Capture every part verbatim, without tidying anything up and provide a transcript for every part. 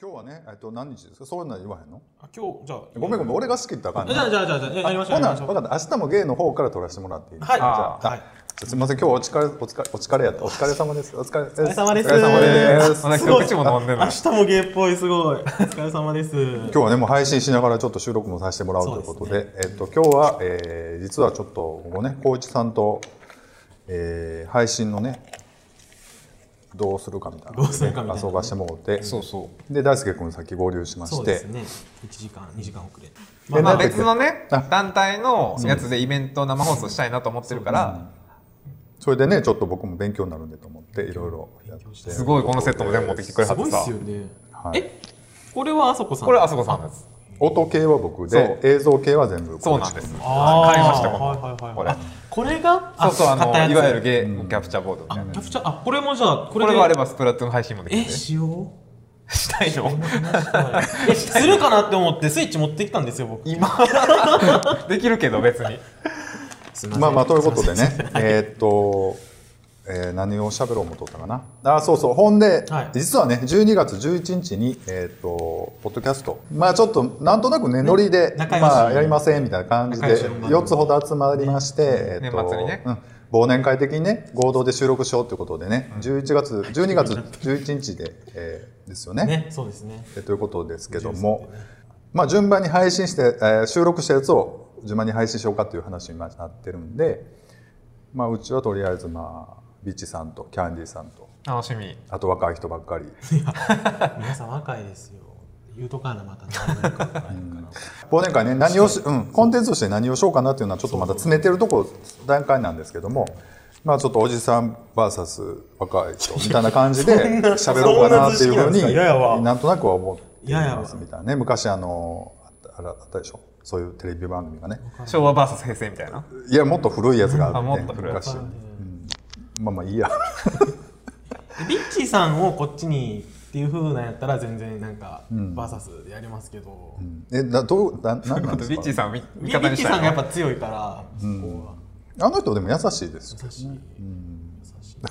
今日はね、えっと何日ですか？そういうのは言わへんの？ あ、今日じゃあごめんごめん、俺が仕切ったらあかんね。 じゃあじゃあじゃあじゃあやりましょう。 ほな分かった。明日もゲイの方から取らせてもらっていいですか？ はい。 じゃあ、 はい。 すみません、今日お疲れお疲れお疲れやった。お疲れ様です。お疲れお疲れ様です。 お疲れ様です。 私一口も飲んでない。 明日もゲイっぽい、すごい。お疲れ様です。 今日はねもう配信しながらちょっと収録もさせてもらうということで、えっと今日は、えー、実はちょっとここね光一さんと、えー、配信のねどうするかみたいな、ね、遊ばしてもらって、 そうそうで大輔君さっき合流しまして、そうですね、いちじかんにじかん遅れ、 まあ、まあ別のね団体のやつでイベント生放送したいなと思ってるから、うん、 それでねちょっと僕も勉強になるんでと思っていろいろやって、 すごいこのセットも全部持ってきてくれはってさ、 すごいですよね、はい、えこれはあそこさん？ これはあそこさんです。 音系は僕で映像系は全部そうなんです。 あ買いましたはいはいはい、 これこれがそうそうあのいわゆるゲームキャプチャーボードみたいな、 キャプチャー、あこれもじゃあこれがあればスプラトゥーン配信もできる。 えしようしたいの？ えするかなって思ってスイッチ持ってきたんですよ僕今できるけど別にまあまあということでねえっとえー、何を喋ろうもとったかなあ、そうそう、ほんで、はい、実はねじゅうにがつじゅういちにちに、えー、とポッドキャストまあちょっとなんとなくねノリで、ねまあ、やりませんみたいな感じでよっつほど集まりまして、 ねえー、と年末にね、うん、 忘年会的にね合同で収録しようということでね、うん、じゅういちがつじゅうにがつじゅういちにちで、えー、ですよね。 ねそうですね、 えー、ということですけども、ね、まあ順番に配信して、えー、収録したやつを順番に配信しようかという話になってるんで、まあうちはとりあえずまあビッチさんとキャンディーさんと楽しみ、 あと若い人ばっかり。 皆さん若いですよ。言うとかなまた、 うん、忘年会ね何をし、うん、コンテンツとして何をしようかなっていうのはちょっとまだ詰めてるとこ段階なんですけども、まあちょっとおじさん ブイエス 若い人みたいな感じで喋ろうかなっていうふうになんとなくは思っていますみたいなね。昔あのあったでしょ。そういうテレビ番組がね。 昭和 ブイエス 平成みたいな。 いやもっと古いやつがあって、 もっと古い昔。まあまあいいやビッチーさんをこっちにっていう風なんやったら全然なんかバーサスやりますけど、 うん、えだどうななんなんですか？ ビッチーさんを味方にしたいの？ビッチーさんがやっぱ強いから、うん、そこはあの人でも優しいです。 優しい、うん、優しい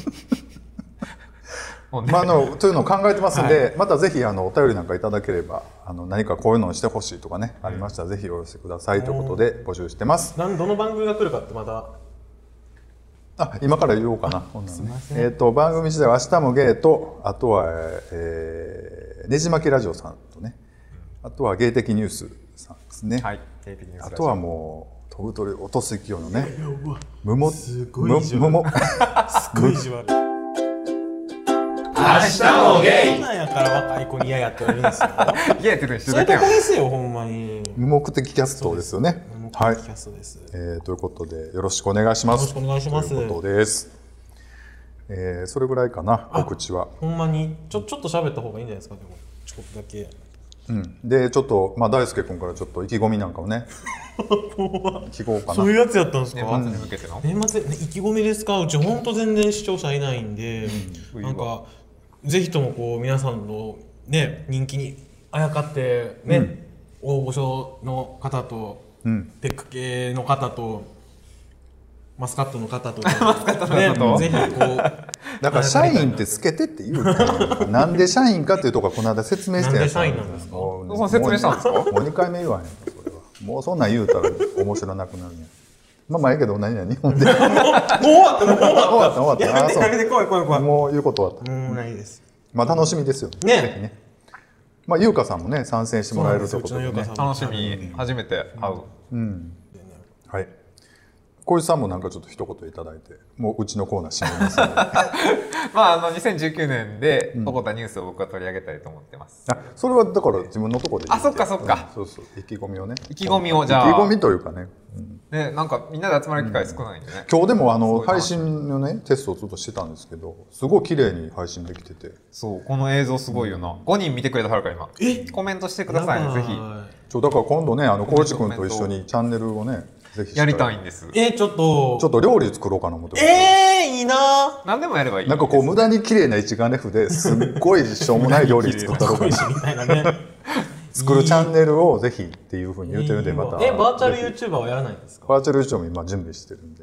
まああのというのを考えてますんで、はい、またぜひあのお便りなんかいただければあの何かこういうのをしてほしいとかね、うん、ありましたらぜひお寄せくださいということで募集してます。 なんどの番組が来るかってまだあ今から言おうかな。ね、えーと番組自体は明日もゲイとあとは、えー、ねじまきラジオさんとね、あとはゲイ的ニュースさんですね。 はい、ゲイ的ニュース。 あとはもう飛ぶ鳥落とす勢いのね。 むもすごい意地悪。むもすごい意地悪。 明日もゲイ。 なんやから若い子に嫌やって言われるんですよ。 ゲイって言う人だけやん。そういうとこですよほんまに。 無目的キャストですよね。 はい、キャストです。 えー、ということでよろしくお願いします。 よろしくお願いします。 ということです。えー、それぐらいかな告知は。 ほんまにちょちょっと喋った方がいいんじゃないですか。でもちょっとだけ。 うん。でちょっとまあ大輔君からちょっと意気込みなんかをね聞こうかな。 そういうやつやったんですか。 年末に向けての。 年末、ね、意気込みですか。うち本当全然視聴者いないんで、うん、なんかぜひともこう皆さんのね人気にあやかってね、うん、大御所の方と。うん、テック系の方とマスカットの方と、ね、 マスカットの方とぜひこうだから社員ってつけてって言うかなんで社員かっていうところこの間説明したやつなんで社員なんですか？ もう説明したんですか？ もうにかいめ言わへんとそれはもうそんなん言うたら面白なくなるねん。まあまあいいけど何々日本でもう終わったもう終わった終わった終わったやめてやめて怖い怖い怖いもう言うこと終わったもうないです。 まあ楽しみですよね。ぜひね。 まあ優香さんもね参戦してもらえるということでね楽しみ初めて会う。 うんはい。小石さんもなんかちょっと一言いただいて、もううちのコーナー閉めますので。 まああのにせんじゅうきゅうねんで起こったニュースを僕は取り上げたいと思ってます。 あ、それはだから自分のところで。 あ、そっかそっか。 そうそう意気込みをね。 意気込みをじゃあ。 意気込みというかね。 ねなんかみんなで集まる機会少ないんでね。 今日でもあの配信のねテストをずっとしてたんですけど、すごい綺麗に配信できてて。 そうこの映像すごいよな。ごにん見てくれたはるから今。え？コメントしてくださいねぜひ。 そうだから今度ねあの小石君と一緒にチャンネルをね。ぜひやりたいんです。 えー、ちょっとちょっと料理作ろうかな思って。 えー、いいな。 何でもやればいい。 なんかこう無駄に綺麗な一眼レフですっごいしょうもない料理作ったろうかな。作るチャンネルをぜひっていうふうに言ってるんでまた。 えバーチャルユーチューバーはやらないんですか？ バーチャルユーチューバーも今準備してるんで。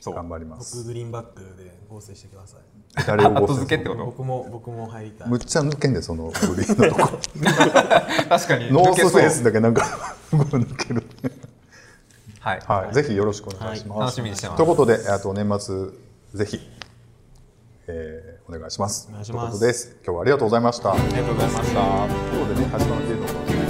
そう頑張ります僕グリーンバックで合成してください。 誰を合後成付けってこと僕も僕も入りたい。 むっちゃ抜けんでそのグリーンのとこ確かにノー抜けそうスフェイスだけなんか抜けるはい、 はい、ぜひよろしくお願いします、 楽しみにしてます。 ということであと年末ぜひ、えー、お願いしますお願いしますということです。今日はありがとうございました。 ありがとうございました。 ということでね、始まっているのが